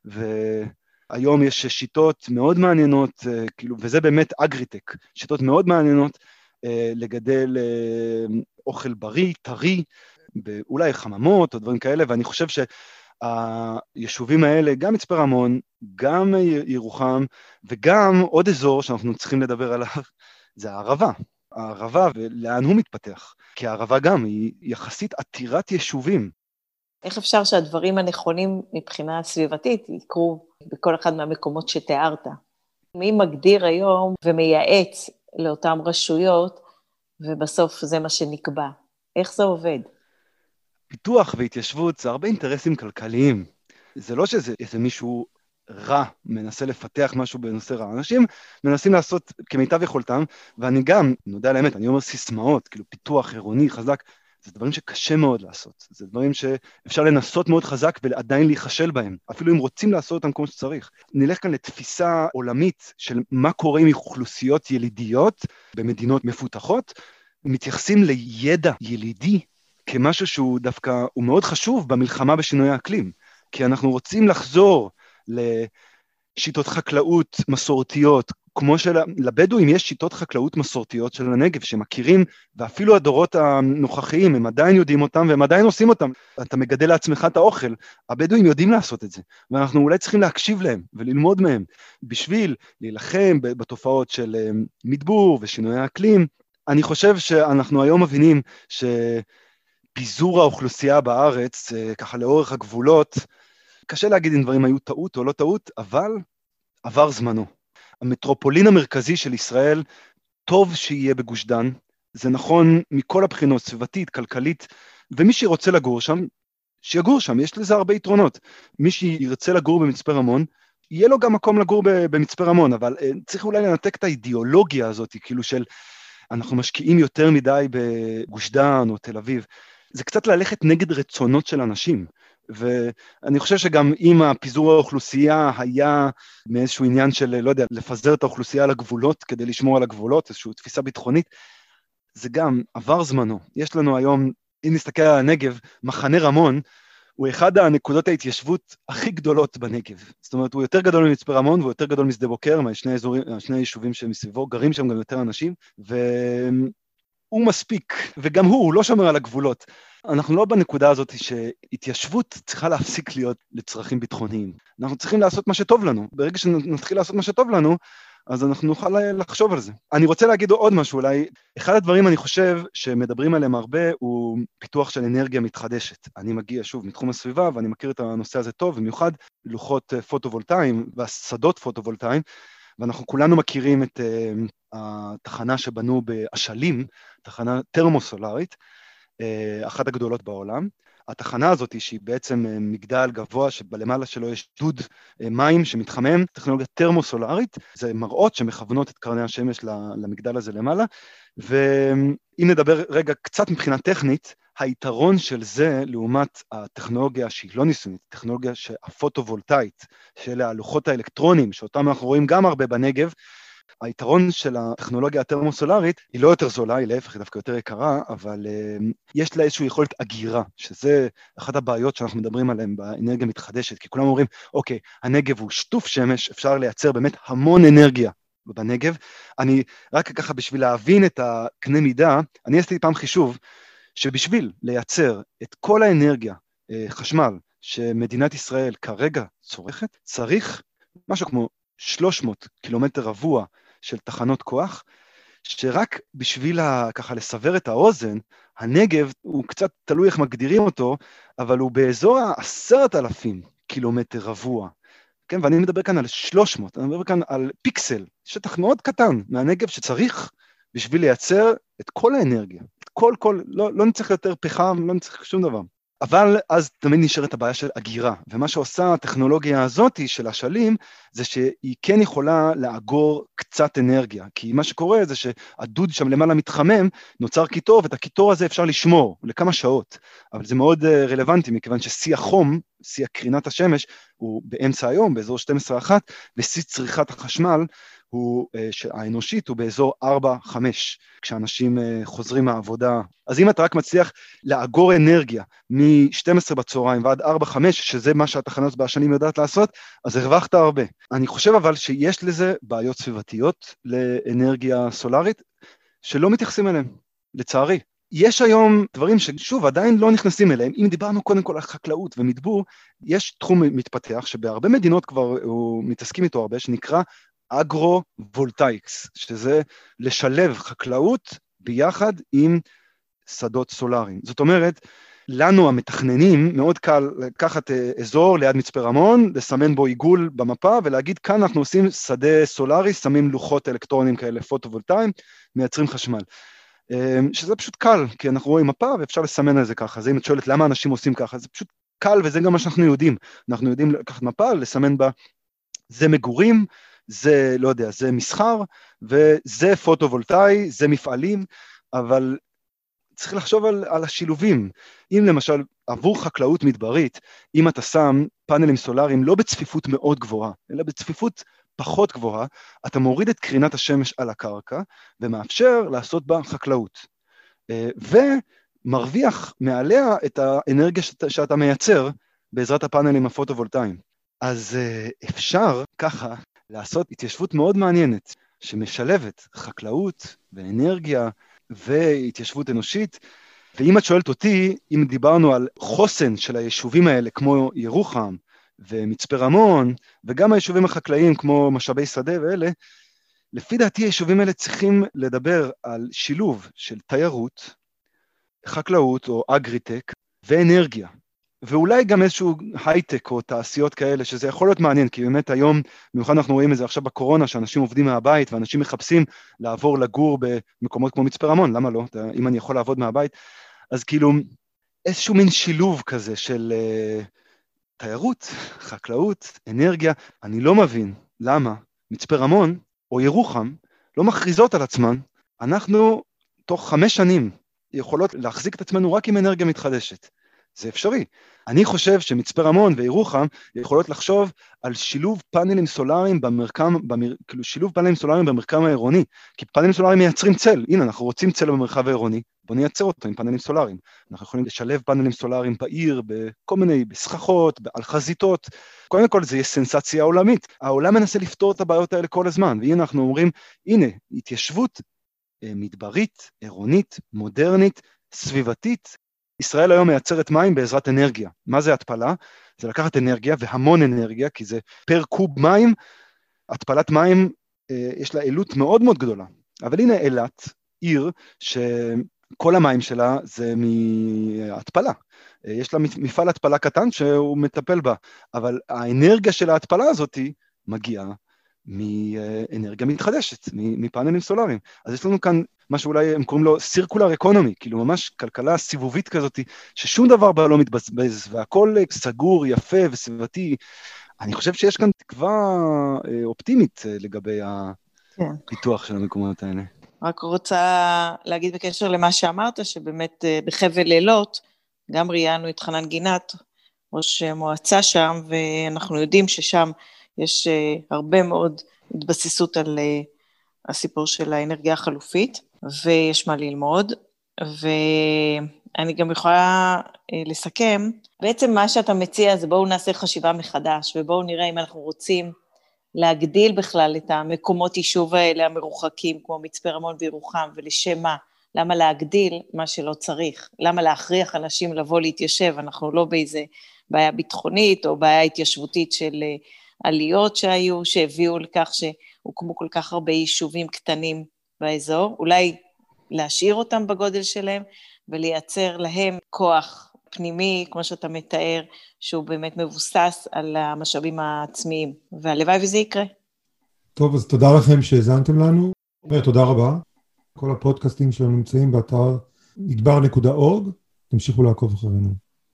והיום יש שיטות מאוד מעניינות, uh, כאילו, וזה באמת אגריטק, שיטות מאוד מעניינות uh, לגדל uh, אוכל בריא, טרי, אולי חממות או דברים כאלה, ואני חושב ש... היישובים האלה, גם מצפה רמון, גם ירוחם, וגם עוד אזור שאנחנו צריכים לדבר עליו, זה הערבה. הערבה, ולאן הוא מתפתח? כי הערבה גם היא יחסית עתירת יישובים. איך אפשר שהדברים הנכונים מבחינה סביבתית יקרו בכל אחד מהמקומות שתיארת? מי מגדיר היום ומייעץ לאותם רשויות ובסוף זה מה שנקבע. איך זה עובד? פיתוח והתיישבות זה הרבה אינטרסים כלכליים. זה לא שזה איזה מישהו רע מנסה לפתח משהו בנושא רע. אנשים מנסים לעשות כמיטב יכולתם, ואני גם, נודע על האמת, אני אומר סיסמאות, כאילו פיתוח עירוני חזק, זה דברים שקשה מאוד לעשות. זה דברים שאפשר לנסות מאוד חזק ועדיין להיחשל בהם, אפילו אם רוצים לעשות אותם כמו שצריך. נלך כאן לתפיסה עולמית של מה קורה עם אוכלוסיות ילידיות במדינות מפותחות, מתייחסים לידע ילידי כמשהו שהוא דווקא, הוא מאוד חשוב במלחמה בשינוי האקלים, כי אנחנו רוצים לחזור לשיטות חקלאות מסורתיות, כמו שלבדואים יש שיטות חקלאות מסורתיות של הנגב, שמכירים, ואפילו הדורות הנוכחיים, הם עדיין יודעים אותם, והם עדיין עושים אותם. אתה מגדל לעצמך את האוכל, הבדואים יודעים לעשות את זה, ואנחנו אולי צריכים להקשיב להם, וללמוד מהם, בשביל להילחם בתופעות של מדבור ושינוי האקלים. אני חושב שאנחנו היום מבינים שפיזור האוכלוסייה בארץ, ככה לאורך הגבולות, קשה להגיד אם דברים היו טעות או לא טעות, אבל עבר זמנו. המטרופולין המרכזי של ישראל, טוב שיהיה בגוש דן, זה נכון מכל הבחינות, סביבתית, כלכלית, ומי שרוצה לגור שם, שיגור שם, יש לזה הרבה יתרונות. מי שירצה לגור במצפה רמון, יהיה לו גם מקום לגור במצפה רמון, אבל צריך אולי לנתק את האידיאולוגיה הזאת, כאילו של אנחנו משקיעים יותר מדי בגוש דן או תל אביב. זה קצת ללכת נגד רצונות של אנשים. ואני חושב שגם אם הפיזור האוכלוסייה היה מאיזשהו עניין של, לא יודע, לפזר את האוכלוסייה על הגבולות, כדי לשמור על הגבולות, איזושהי תפיסה ביטחונית, זה גם עבר זמנו. יש לנו היום, אם נסתכל על הנגב, מחנה רמון, הוא אחד הנקודות ההתיישבות הכי גדולות בנגב. זאת אומרת, הוא יותר גדול ממצפה רמון, והוא יותר גדול משדה בוקר, מהשני האזורים, השני היישובים שמסביבו, גרים שם גם יותר אנשים, והוא מספיק, וגם הוא, הוא לא שומר על הגבולות. אנחנו לא בנקודה הזאת שהתיישבות צריכה להפסיק להיות לצרכים ביטחוניים. אנחנו צריכים לעשות מה שטוב לנו. ברגע שנתחיל לעשות מה שטוב לנו, אז אנחנו נוכל לחשוב על זה. אני רוצה להגיד עוד משהו, אולי, אחד הדברים אני חושב שמדברים עליהם הרבה, הוא פיתוח של אנרגיה מתחדשת. אני מגיע שוב מתחום הסביבה, ואני מכיר את הנושא הזה טוב, במיוחד לוחות פוטו-וולטאיים, והשדות פוטו-וולטאיים, ואנחנו כולנו מכירים את uh, התחנה שבנו באשלים, תחנה טרמוסולרית, uh, אחת הגדולות בעולם. התחנה הזאת שהיא בעצם מגדל גבוה שבלמעלה שלו יש דוד מים שמתחמם, טכנולוגיה טרמוסולרית, זה מראות שמכוונות את קרני השמש למגדל הזה למעלה, ואם נדבר רגע קצת מבחינה טכנית, היתרון של זה לעומת הטכנולוגיה שהיא לא ניסויית, טכנולוגיה הפוטו-וולטאית, של הלוחות האלקטרונים, שאותם אנחנו רואים גם הרבה בנגב, היתרון של הטכנולוגיה הטרמוסולרית היא לא יותר זולה, היא להפך, היא דווקא יותר יקרה, אבל uh, יש לה איזושהי יכולת אגירה, שזה אחת הבעיות שאנחנו מדברים עליהן באנרגיה מתחדשת, כי כולם אומרים, אוקיי, הנגב הוא שטוף שמש, אפשר לייצר באמת המון אנרגיה בנגב. אני, רק ככה בשביל להבין את הקנה מידה, אני עשיתי פעם חישוב, שבשביל לייצר את כל האנרגיה, uh, חשמל, שמדינת ישראל כרגע צורכת, צריך משהו כמו שלוש מאות קילומטר רבוע של תחנות כוח, שרק בשביל ככה לסבר את האוזן, הנגב הוא קצת תלוי איך מגדירים אותו, אבל הוא באזור ה-עשרת אלפים קילומטר רבוע. כן, ואני מדבר כאן על שלוש מאות, אני מדבר כאן על פיקסל, שטח מאוד קטן מהנגב שצריך בשביל לייצר את כל האנרגיה, את כל, כל, לא, לא נצטרך יותר פחם, לא נצטרך שום דבר. אבל אז תמיד נשארת הבעיה של אגירה, ומה שעושה הטכנולוגיה הזאת של השלים, זה שהיא כן יכולה לאגור קצת אנרגיה, כי מה שקורה זה שהדוד שם למעלה מתחמם, נוצר קיטור, ואת הקיטור הזה אפשר לשמור לכמה שעות, אבל זה מאוד רלוונטי, מכיוון ששיא החום, שיא הקרינת השמש, הוא באמצע היום, באזור שתים עשרה אחת, ושיא צריכת החשמל, הוא, האנושית הוא באזור ארבע חמש, כשאנשים חוזרים מהעבודה. אז אם אתה רק מצליח לאגור אנרגיה מ-שתים עשרה בצהריים ועד ארבע חמש, שזה מה שהתחנות בשנים יודעת לעשות, אז הרווחת הרבה. אני חושב אבל שיש לזה בעיות סביבתיות לאנרגיה סולרית, שלא מתייחסים אליהם, לצערי. יש היום דברים ששוב עדיין לא נכנסים אליהם, אם דיברנו קודם כל על חקלאות ומדבור, יש תחום מתפתח שבהרבה מדינות כבר מתעסקים איתו הרבה, שנקרא אגרו-וולטאיקס, שזה לשלב חקלאות ביחד עם שדות סולאריים. זאת אומרת, לנו המתכננים מאוד קל לקחת אזור ליד מצפה רמון, לסמן בו עיגול במפה ולהגיד כאן אנחנו עושים שדה סולארי, שמים לוחות אלקטרונים כאלה פוטו-וולטאיים, מייצרים חשמל. שזה פשוט קל, כי אנחנו רואים מפה ואפשר לסמן על זה ככה. אז אם את שואלת למה אנשים עושים ככה, זה פשוט קל, וזה גם מה שאנחנו יודעים. אנחנו יודעים לקחת מפה, לסמן בה, זה מגורים, זה, לא יודע, זה מסחר, וזה פוטו-וולטאי, זה מפעלים, אבל צריך לחשוב על, על השילובים. אם למשל, עבור חקלאות מדברית, אם אתה שם פאנלים סולאריים לא בצפיפות מאוד גבוהה, אלא בצפיפות פחות גבוהה, אתה מוריד את קרינת השמש על הקרקע, ומאפשר לעשות בה חקלאות. ומרוויח מעליה את האנרגיה שאתה, שאתה מייצר, בעזרת הפאנלים הפוטו-וולטאיים. אז אפשר ככה לעשות התיישבות מאוד מעניינת, שמשלבת חקלאות ואנרגיה והתיישבות אנושית. ואם את שואלת אותי, אם דיברנו על חוסן של היישובים האלה, כמו ירוחם ומצפה רמון, וגם היישובים החקלאיים כמו משאבי שדה ואלה, לפי דעתי היישובים האלה צריכים לדבר על שילוב של תיירות, חקלאות או אגריטק ואנרגיה. ואולי גם איזשהו הייטק או תעשיות כאלה, שזה יכול להיות מעניין, כי באמת היום, במיוחד אנחנו רואים את זה עכשיו בקורונה, שאנשים עובדים מהבית, ואנשים מחפשים לעבור לגור במקומות כמו מצפה רמון, למה לא? אם אני יכול לעבוד מהבית, אז כאילו, איזשהו מין שילוב כזה של uh, תיירות, חקלאות, אנרגיה, אני לא מבין למה מצפה רמון או ירוחם לא מכריזות על עצמן, אנחנו תוך חמש שנים יכולות להחזיק את עצמנו רק עם אנרגיה מתחדשת. זה אפשרי. אני חושב שמצפה רמון וירוחם יכולות לחשוב על שילוב פאנלים סולאריים במרקם, במר... כאילו שילוב פאנלים סולאריים במרקם העירוני, כי פאנלים סולאריים מייצרים צל. הנה, אנחנו רוצים צל במרחב העירוני, בוא נייצר אותו עם פאנלים סולאריים. אנחנו יכולים לשלב פאנלים סולאריים בעיר, בכל מיני, בסככות, על חזיתות. קודם כל, זה יהיה סנסציה עולמית. העולם מנסה לפתור את הבעיות האלה כל הזמן, והנה אנחנו אומרים, הנה, התיישבות מדברית, עירונית, מודרנית, סביבתית, ישראל היום מייצרת מים בעזרת אנרגיה. מה זה התפלה? זה לקחת אנרגיה והמון אנרגיה, כי זה פר קוב מים, התפלת מים אה, יש לה עלות מאוד מאוד גדולה. אבל הנה אילת, עיר שכל המים שלה זה מהתפלה. אה, יש לה מפעל התפלה קטן שהוא מטפל בה, אבל האנרגיה של ההתפלה הזאת מגיעה מאנרגיה מתחדשת, מפאנלים סולאריים. אז יש לנו כאן מה שאולי הם קוראים לו circular economy, כאילו ממש כלכלה סיבובית כזאת, ששום דבר בה לא מתבזבז, והכל סגור, יפה וסביבתי. אני חושב שיש כאן תקווה אופטימית לגבי הפיתוח של המקומות האלה. רק רוצה להגיד בקשר למה שאמרת, שבאמת בחבל לילות, גם ראיינו את חנן גינת, ראש מועצה שם, ואנחנו יודעים ששם יש הרבה מאוד התבססות על הסיפור של האנרגיה החלופית, ויש מה ללמוד, ואני גם יכולה לסכם, בעצם מה שאתה מציע זה בואו נעשה חשיבה מחדש, ובואו נראה אם אנחנו רוצים להגדיל בכלל את המקומות יישוב האלה המרוחקים, כמו מצפה רמון וירוחם, ולשם מה? למה להגדיל מה שלא צריך? למה להכריח אנשים לבוא להתיישב? אנחנו לא באיזה בעיה ביטחונית, או בעיה התיישבותית של עליות שהיו, שהביאו לכך שהוקמו כל כך הרבה יישובים קטנים באזור, אולי להשאיר אותם בגודל שלהם, ולייצר להם כוח פנימי, כמו שאתה מתאר, שהוא באמת מבוסס על המשאבים העצמיים, והלוואי וזה יקרה. טוב, אז תודה לכם שהזנתם לנו, תודה רבה. כל הפודקאסטים שלנו נמצאים באתר מדבר נקודה אורג, תמשיכו לעקוב אחרינו.